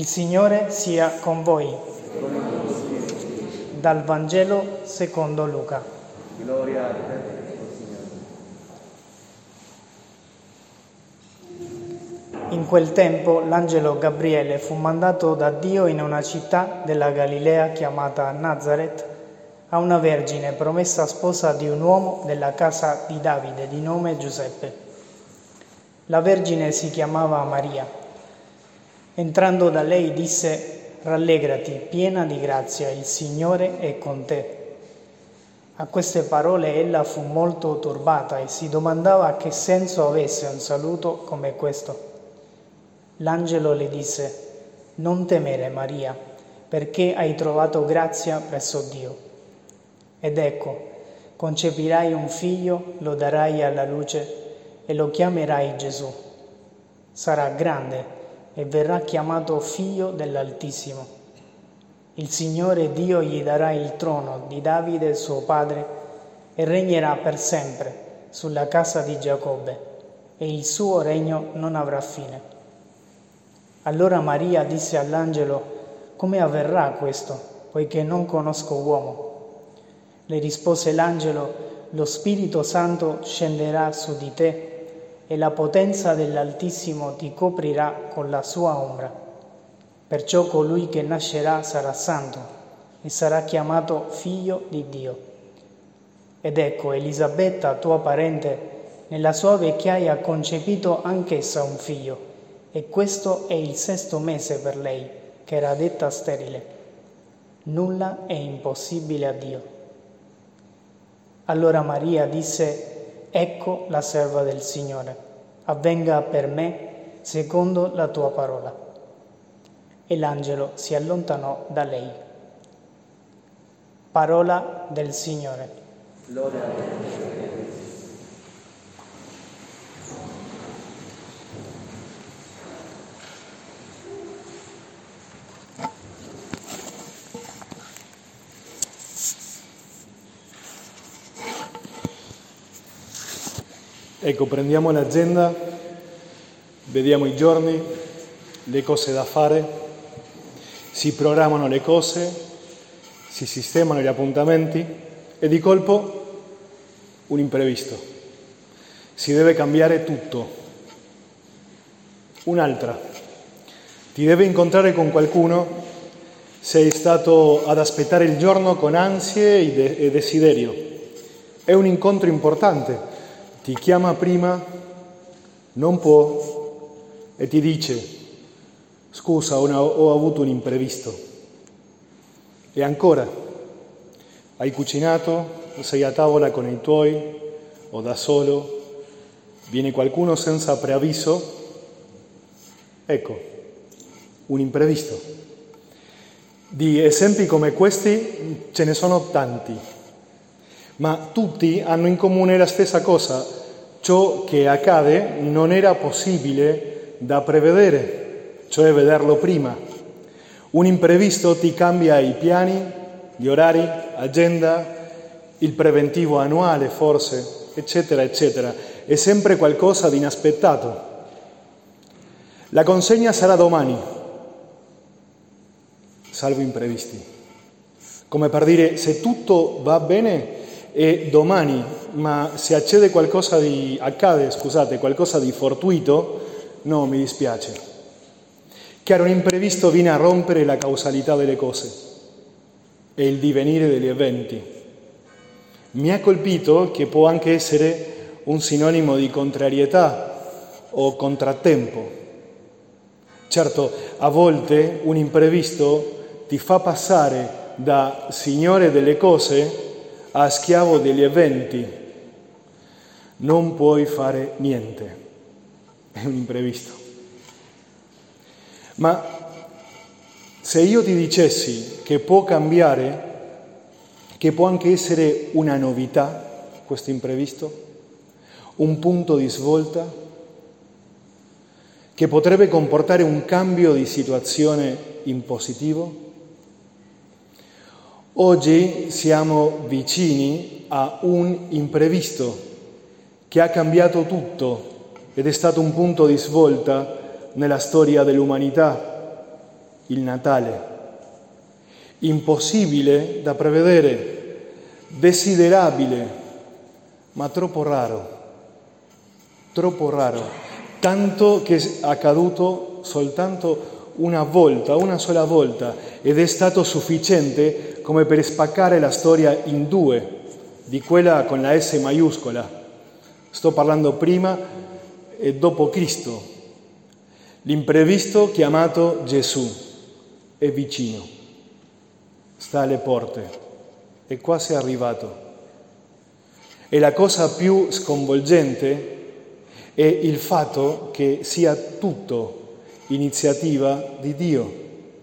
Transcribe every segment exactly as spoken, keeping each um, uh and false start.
Il Signore sia con voi. Dal Vangelo secondo Luca. Gloria a te, Signore. In quel tempo l'angelo Gabriele fu mandato da Dio in una città della Galilea chiamata Nazaret a una vergine promessa sposa di un uomo della casa di Davide di nome Giuseppe. La vergine si chiamava Maria. Entrando da lei disse: «Rallegrati, piena di grazia, il Signore è con te». A queste parole ella fu molto turbata e si domandava che senso avesse un saluto come questo. L'angelo le disse: «Non temere, Maria, perché hai trovato grazia presso Dio. Ed ecco, concepirai un figlio, lo darai alla luce e lo chiamerai Gesù. Sarà grande e verrà chiamato Figlio dell'Altissimo. Il Signore Dio gli darà il trono di Davide suo padre e regnerà per sempre sulla casa di Giacobbe, e il suo regno non avrà fine». Allora Maria disse all'angelo: «Come avverrà questo, poiché non conosco uomo?» Le rispose l'angelo: «Lo Spirito Santo scenderà su di te e la potenza dell'Altissimo ti coprirà con la sua ombra. Perciò colui che nascerà sarà santo e sarà chiamato Figlio di Dio. Ed ecco, Elisabetta, tua parente, nella sua vecchiaia ha concepito anch'essa un figlio, e questo è il sesto mese per lei, che era detta sterile. Nulla è impossibile a Dio». Allora Maria disse: «Ecco la serva del Signore, avvenga per me secondo la tua parola». E l'angelo si allontanò da lei. Parola del Signore. Gloria a te. Ecco, prendiamo l'agenda, vediamo i giorni, le cose da fare, si programmano le cose, si sistemano gli appuntamenti e di colpo un imprevisto. Si deve cambiare tutto. Un'altra. Ti devi incontrare con qualcuno, sei stato ad aspettare il giorno con ansie e, de- e desiderio. È un incontro importante. Ti chiama prima, non può, e ti dice: «Scusa, ho, ho avuto un imprevisto». E ancora, hai cucinato, sei a tavola con i tuoi o da solo, viene qualcuno senza preavviso, ecco, un imprevisto. Di esempi come questi ce ne sono tanti. Ma tutti hanno in comune la stessa cosa: ciò che accade non era possibile da prevedere, cioè vederlo prima. Un imprevisto ti cambia i piani, gli orari, agenda, il preventivo annuale forse, eccetera, eccetera. È sempre qualcosa di inaspettato. La consegna sarà domani, salvo imprevisti. Come per dire, se tutto va bene è domani, ma se accade qualcosa di, accade, scusate, qualcosa di fortuito, no, mi dispiace. Chiaro, un imprevisto viene a rompere la causalità delle cose e il divenire degli eventi. Mi ha colpito che può anche essere un sinonimo di contrarietà o contrattempo. Certo, a volte un imprevisto ti fa passare da signore delle cose a schiavo degli eventi. Non puoi fare niente, è un imprevisto. Ma se io ti dicessi che può cambiare, che può anche essere una novità questo imprevisto, un punto di svolta, che potrebbe comportare un cambio di situazione in positivo? Oggi siamo vicini a un imprevisto che ha cambiato tutto ed è stato un punto di svolta nella storia dell'umanità. il Natale, impossibile da prevedere, desiderabile, ma troppo raro, troppo raro, tanto che è accaduto soltanto una volta, una sola volta, ed è stato sufficiente come per spaccare la storia in due, di quella con la S maiuscola. Sto parlando prima e dopo Cristo. L'imprevisto chiamato Gesù è vicino, sta alle porte, è quasi arrivato. E la cosa più sconvolgente è il fatto che sia tutto iniziativa di Dio.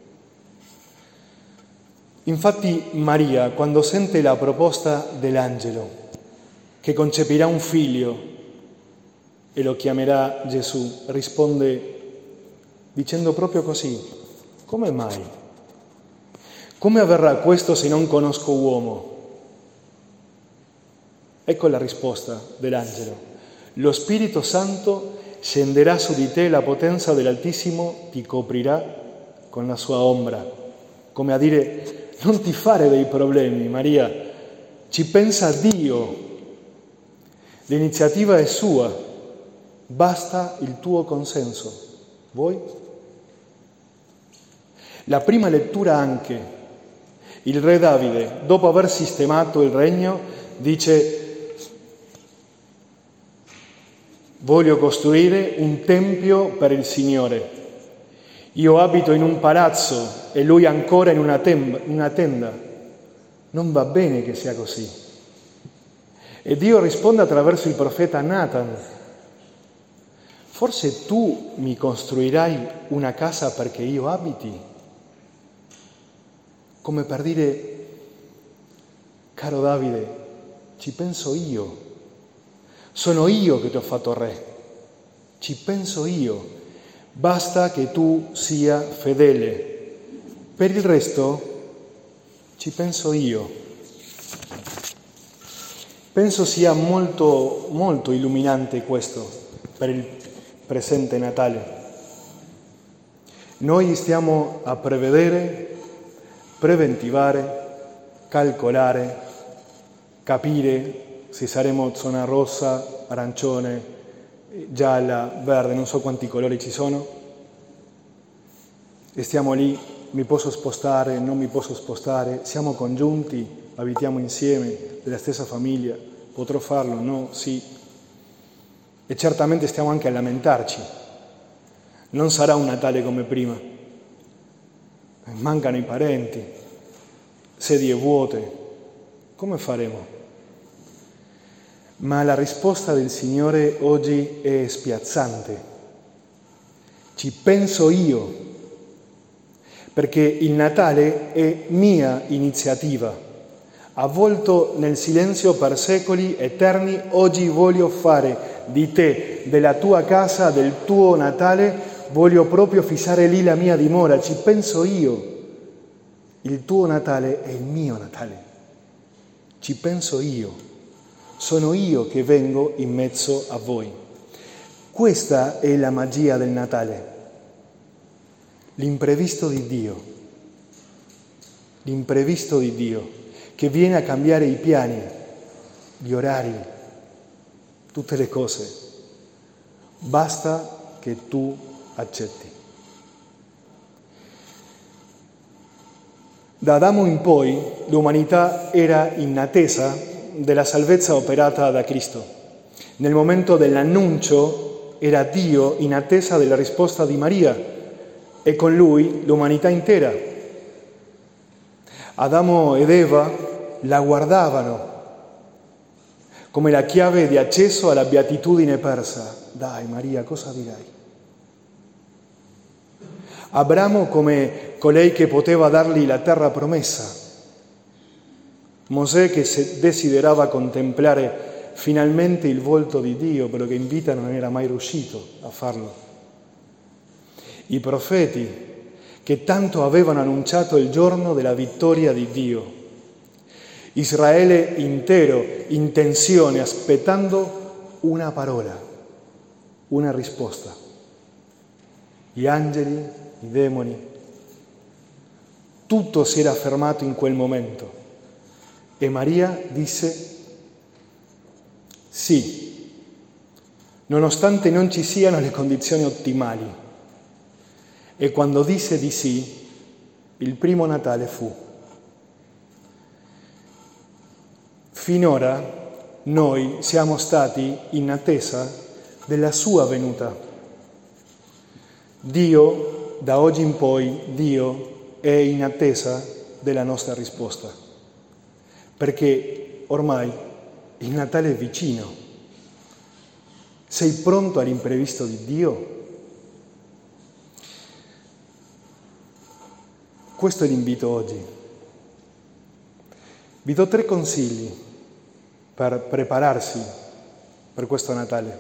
Infatti Maria, quando sente la proposta dell'angelo, che concepirà un figlio e lo chiamerà Gesù, risponde dicendo proprio così: come mai? Come avverrà questo se non conosco uomo? Ecco la risposta dell'angelo: lo Spirito Santo scenderà su di te, la potenza dell'Altissimo ti coprirà con la sua ombra. Come a dire: non ti fare dei problemi, Maria, ci pensa Dio, l'iniziativa è sua, basta il tuo consenso. Vuoi? La prima lettura anche, il re Davide, dopo aver sistemato il regno, dice: voglio costruire un tempio per il Signore. Io abito in un palazzo e lui ancora in una, tem- una tenda. Non va bene che sia così. E Dio risponde attraverso il profeta Nathan: forse tu mi costruirai una casa perché io abiti? Come per dire: caro Davide, ci penso io. Sono io che ti ho fatto re. Ci penso io. Basta che tu sia fedele. Per il resto ci penso io. Penso sia molto, molto illuminante questo per il presente Natale. Noi stiamo a prevedere, preventivare, calcolare, capire se saremo zona rossa, arancione, gialla, verde, non so quanti colori ci sono, e stiamo lì: mi posso spostare, non mi posso spostare, siamo congiunti, abitiamo insieme, della stessa famiglia, potrò farlo, no, sì. E certamente stiamo anche a lamentarci, non sarà un Natale come prima, mancano i parenti, sedie vuote, come faremo? Ma la risposta del Signore oggi è spiazzante. Ci penso io, perché il Natale è mia iniziativa. Avvolto nel silenzio per secoli eterni, oggi voglio fare di te, della tua casa, del tuo Natale, voglio proprio fissare lì la mia dimora. Ci penso io. Il tuo Natale è il mio Natale. Ci penso io. Sono io che vengo in mezzo a voi. Questa è la magia del Natale. L'imprevisto di Dio. L'imprevisto di Dio che viene a cambiare i piani, gli orari, tutte le cose. Basta che tu accetti. Da Adamo in poi l'umanità era in attesa della salvezza operata da Cristo. Nel momento dell'annuncio era Dio in attesa della risposta di Maria e con lui l'umanità intera. Adamo ed Eva la guardavano come la chiave di accesso alla beatitudine persa. Dai Maria, cosa dirai? Abramo come colei che poteva dargli la terra promessa. Mosè che desiderava contemplare finalmente il volto di Dio, però che in vita non era mai riuscito a farlo. I profeti che tanto avevano annunciato il giorno della vittoria di Dio. Israele intero in tensione, aspettando una parola, una risposta. Gli angeli, i demoni, Tutto si era fermato in quel momento e Maria disse sì, nonostante non ci siano le condizioni ottimali. E quando disse di sì, il primo Natale fu. Finora noi siamo stati in attesa della sua venuta. Dio, da oggi in poi, Dio è in attesa della nostra risposta, perché ormai il Natale è vicino. Sei pronto all'imprevisto di Dio? Questo è l'invito oggi. Vi do tre consigli per prepararsi per questo Natale,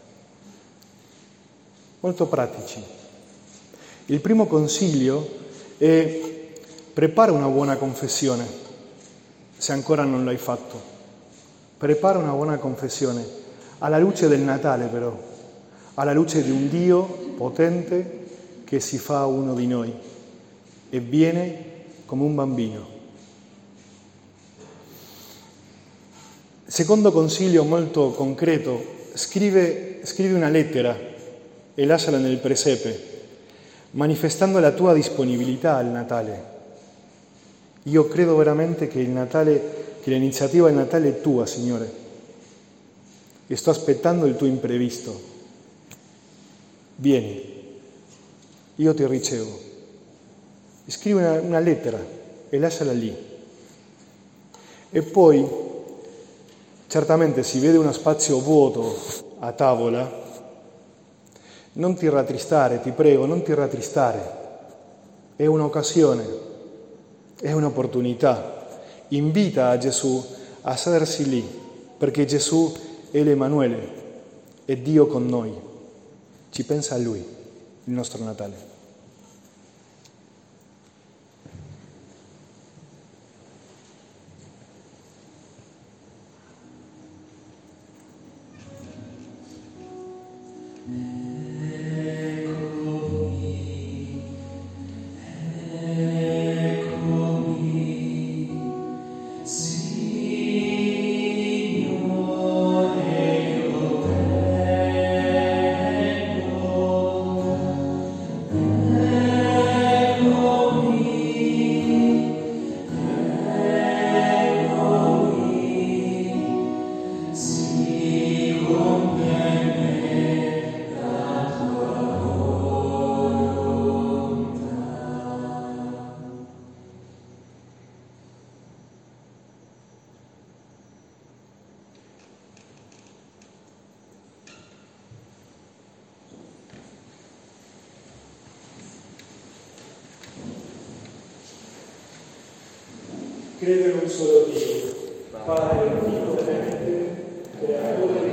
molto pratici. Il primo consiglio è: prepara una buona confessione, se ancora non l'hai fatto. Prepara una buona confessione, alla luce del Natale però, alla luce di un Dio potente che si fa uno di noi e viene come un bambino. Secondo consiglio molto concreto: scrive, scrivi una lettera e lasciala nel presepe, manifestando la tua disponibilità al Natale. Io credo veramente che il Natale, che l'iniziativa del Natale è tua, Signore, e sto aspettando il tuo imprevisto. Vieni, io ti ricevo. Scrivi una, una lettera e lasciala lì. E poi, certamente, si vede uno spazio vuoto a tavola, non ti rattristare, ti prego, non ti rattristare. È un'occasione, è un'opportunità. Invita a Gesù a sedersi lì, perché Gesù è l'Emanuele, è Dio con noi. Ci pensa a Lui, il nostro Natale. Credo in un solo Dio, Padre, Onnipotente, Creatore